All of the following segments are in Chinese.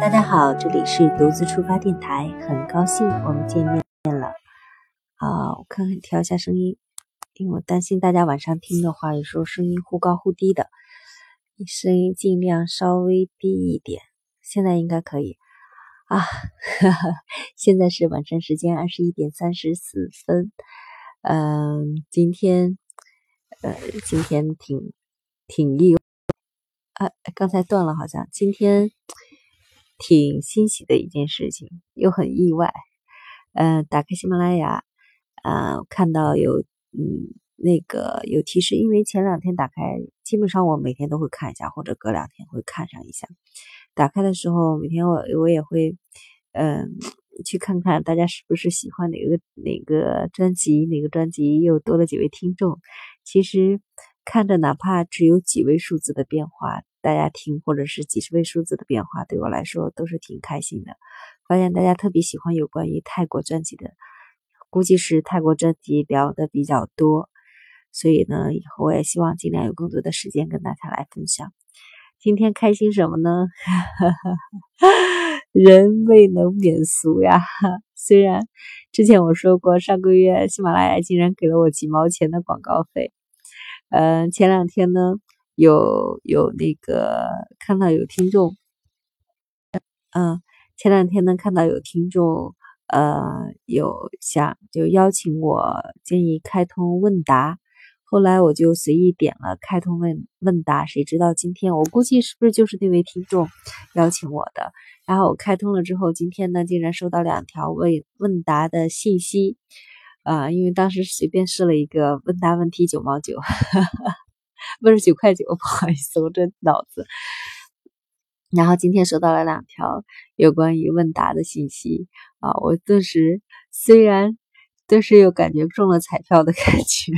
大家好，这里是独自出发电台，很高兴我们见面了。我看看调一下声音，因为我担心大家晚上听的话，有时候声音忽高忽低的，声音尽量稍微低一点。现在应该可以啊。现在是晚上时间21点34分。今天挺意外刚才断了，好像今天挺欣喜的一件事情，又很意外。打开喜马拉雅，看到有有提示，因为前2天打开，基本上我每天都会看一下，或者隔2天会看上一下。打开的时候，每天我也会去看看大家是不是喜欢哪个专辑，哪个专辑又多了几位听众。其实看着哪怕只有几位数字的变化，大家听，或者是几十位数字的变化，对我来说都是挺开心的。发现大家特别喜欢有关于泰国专辑的，估计是泰国专辑聊的比较多，所以呢，以后我也希望尽量有更多的时间跟大家来分享。今天开心什么呢？人未能免俗呀。虽然之前我说过，上个月喜马拉雅竟然给了我几毛钱的广告费。前2天呢，有看到有听众，前2天呢看到有听众，就邀请我建议开通问答，后来我就随意点了开通问答，谁知道今天我估计是不是就是那位听众邀请我的，然后我开通了之后，今天呢竟然收到2条问答的信息，因为当时随便试了一个问答问题9毛9，不是9块9，不好意思，我这脑子。然后今天收到了2条有关于问答的信息我虽然顿时有感觉中了彩票的感觉。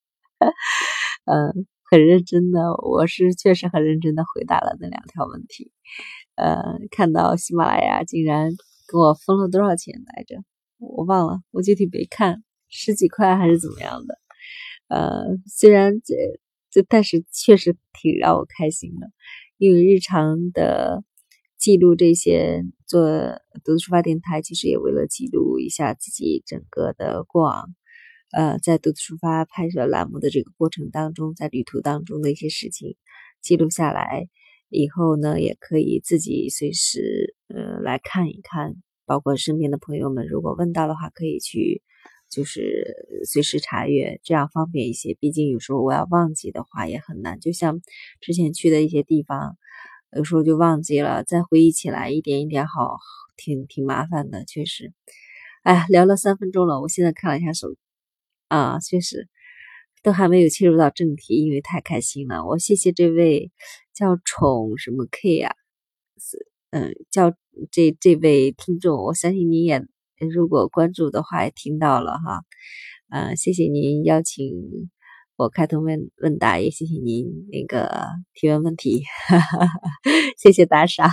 很认真的，我是确实很认真的回答了那2条问题。看到喜马拉雅竟然给我封了多少钱来着，我忘了，我具体没看，10几块还是怎么样的。虽然但是确实挺让我开心的，因为日常的记录这些，做独自出发电台其实也为了记录一下自己整个的过往，在独自出发拍摄栏目的这个过程当中，在旅途当中的一些事情记录下来以后呢，也可以自己随时来看一看，包括身边的朋友们如果问到的话，可以去就是随时查阅，这样方便一些。毕竟有时候我要忘记的话也很难，就像之前去的一些地方，有时候就忘记了，再回忆起来一点一点好，挺麻烦的，确实。哎呀，聊了3分钟了，我现在看了一下手确实都还没有切入到正题，因为太开心了。我谢谢这位叫宠什么 K 啊，叫这位听众，我相信你也如果关注的话也听到了哈。谢谢您邀请我开通问答，也谢谢您提问问题，谢谢打赏。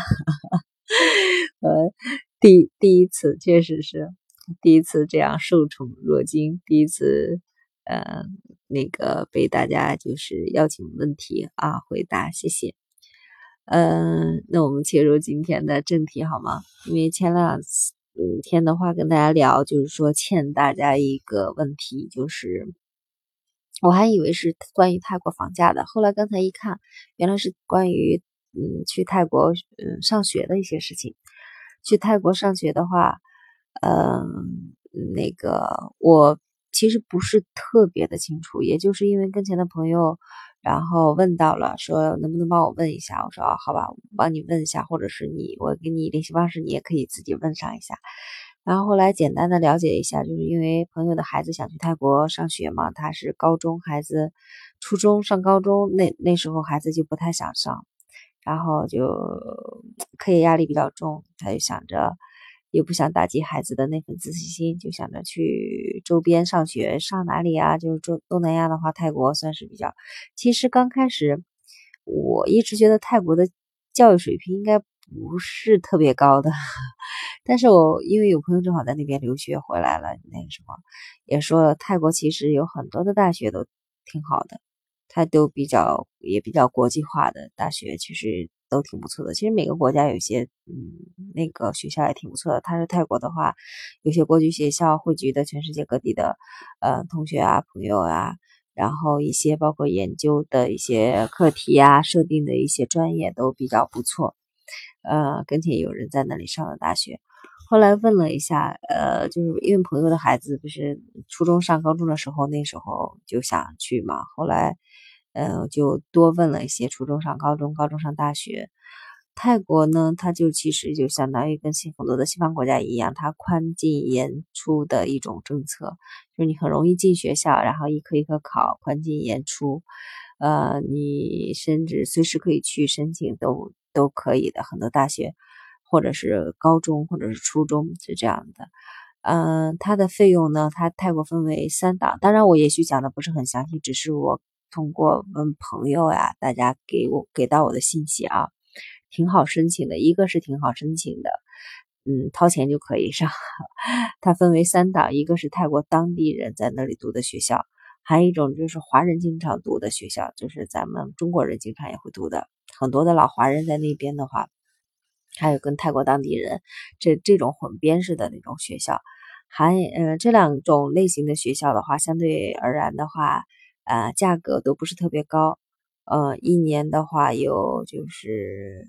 第一次确实是第一次这样受宠若惊，第一次被大家就是邀请问题回答，谢谢。那我们切入今天的正题好吗？因为前2天的话跟大家聊，就是说欠大家一个问题，就是我还以为是关于泰国房价的，后来刚才一看，原来是关于去泰国上学的一些事情。去泰国上学的话，我其实不是特别的清楚，也就是因为跟前的朋友然后问到了，说能不能帮我问一下，我说好吧，我帮你问一下，或者是我给你联系方式，你也可以自己问上一下。然后后来简单的了解一下，就是因为朋友的孩子想去泰国上学嘛，他是高中孩子，初中上高中，那时候孩子就不太想上，然后就课业压力比较重，他就想着也不想打击孩子的那份自信心，就想着去周边上学，上哪里啊？就是东南亚的话，泰国算是比较。其实刚开始我一直觉得泰国的教育水平应该不是特别高的，但是我因为有朋友正好在那边留学回来了，那个时候也说了，泰国其实有很多的大学都挺好的，它都也比较国际化的大学，其实都挺不错的。其实每个国家有些那个学校也挺不错的。他说泰国的话，有些国际学校汇聚的全世界各地的同学啊、朋友啊，然后一些包括研究的一些课题啊、设定的一些专业都比较不错。跟前有人在那里上了大学。后来问了一下，就是因为朋友的孩子不是初中上高中的时候，那时候就想去嘛。后来，就多问了一些初中上高中、高中上大学。泰国呢，它就其实就相当于跟很多的西方国家一样，它宽进严出的一种政策，就是你很容易进学校，然后一科一科考，宽进严出。你甚至随时可以去申请，都可以的。很多大学或者是高中或者是初中是这样的。它的费用呢，它泰国分为3档，当然我也许讲的不是很详细，只是我通过问朋友呀，大家给到我的信息啊，挺好申请的。一个是挺好申请的，掏钱就可以上。它分为3档，一个是泰国当地人在那里读的学校，还有一种就是华人经常读的学校，就是咱们中国人经常也会读的，很多的老华人在那边的话，还有跟泰国当地人这种混编式的那种学校。这2种类型的学校的话，相对而言的话，价格都不是特别高。一年的话有就是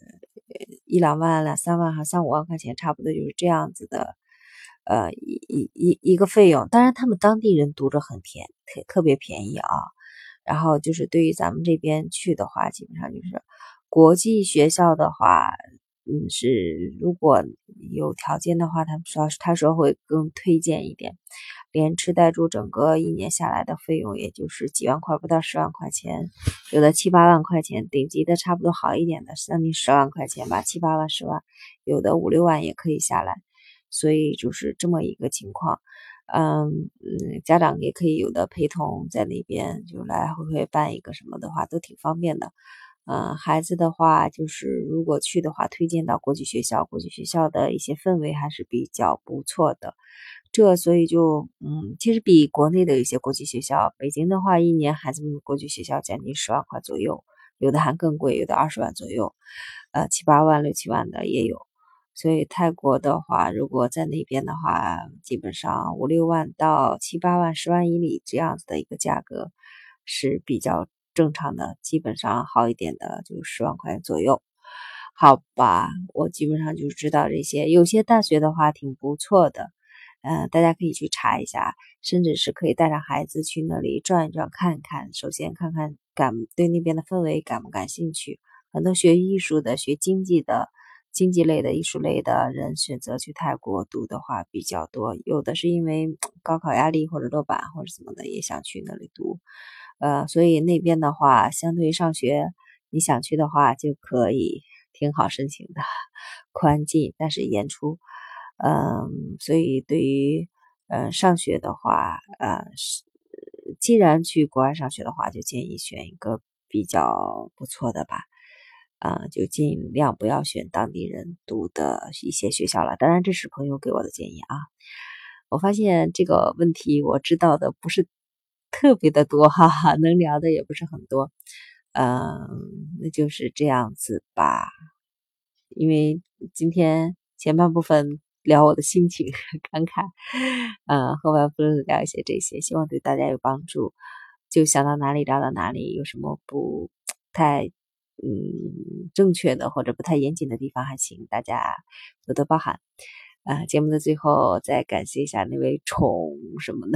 1-2万、2-3万和3-5万块钱，差不多就是这样子的。一个费用，当然他们当地人读着很特别便宜啊。然后就是对于咱们这边去的话，基本上就是国际学校的话，是如果有条件的话，他说会更推荐一点。连吃带住整个一年下来的费用，也就是几万块，不到10万块钱，有的7-8万块钱，顶级的差不多好一点的，将近10万块钱吧，7-8万、10万，有的5-6万也可以下来。所以就是这么一个情况。家长也可以有的陪同在那边，就来来回回办一个什么的话，都挺方便的。孩子的话，就是如果去的话，推荐到国际学校，国际学校的一些氛围还是比较不错的。所以就其实比国内的一些国际学校，北京的话，一年孩子们的国际学校将近10万块左右，有的还更贵，有的20万左右，7-8万、6-7万的也有。所以泰国的话，如果在那边的话，基本上5-6万到7-8万、10万以里这样子的一个价格是比较正常的，基本上好一点的就10万块钱左右。好吧，我基本上就知道这些。有些大学的话挺不错的，大家可以去查一下，甚至是可以带上孩子去那里转一转看一看。首先看看对那边的氛围感不感兴趣。很多学艺术的、学经济的、经济类的、艺术类的人选择去泰国读的话比较多，有的是因为高考压力或者落榜或者什么的也想去那里读。所以那边的话，相对于上学，你想去的话就可以挺好申请的，宽进但是严出。所以对于上学的话，既然去国外上学的话，就建议选一个比较不错的吧。就尽量不要选当地人读的一些学校了。当然，这是朋友给我的建议啊。我发现这个问题我知道的不是特别的多，哈哈，能聊的也不是很多。那就是这样子吧。因为今天前半部分聊我的心情感慨，后半部分聊一些这些，希望对大家有帮助。就想到哪里聊到哪里，有什么不太正确的或者不太严谨的地方，还请大家多多包涵。节目的最后再感谢一下那位宠什么的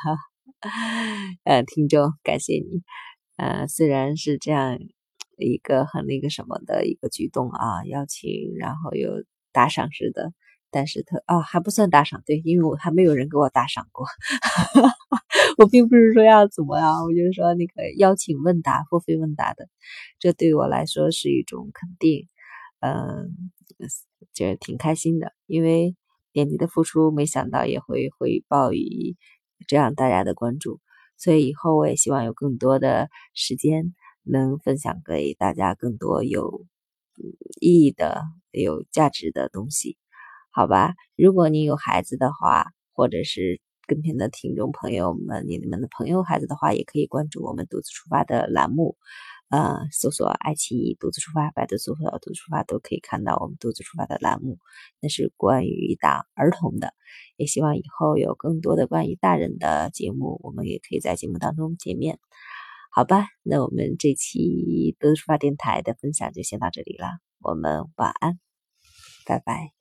听众，感谢你。虽然是这样一个很那个什么的一个举动啊，邀请然后有打赏似的，但是还不算打赏，对，因为我还没有人给我打赏过。我并不是说要怎么样，我就是说那个邀请问答、付费问答的，这对我来说是一种肯定，觉得挺开心的，因为点滴的付出，没想到也会回报于这样大家的关注，所以以后我也希望有更多的时间能分享给大家更多有意义的、有价值的东西，好吧？如果你有孩子的话，或者是跟前的听众朋友们，你们的朋友孩子的话，也可以关注我们独自出发的栏目。 搜索爱奇艺独自出发，百度搜索独自出发都可以看到我们独自出发的栏目，那是关于打儿童的。也希望以后有更多的关于大人的节目，我们也可以在节目当中见面。好吧，那我们这期独自出发电台的分享就先到这里了，我们晚安，拜拜。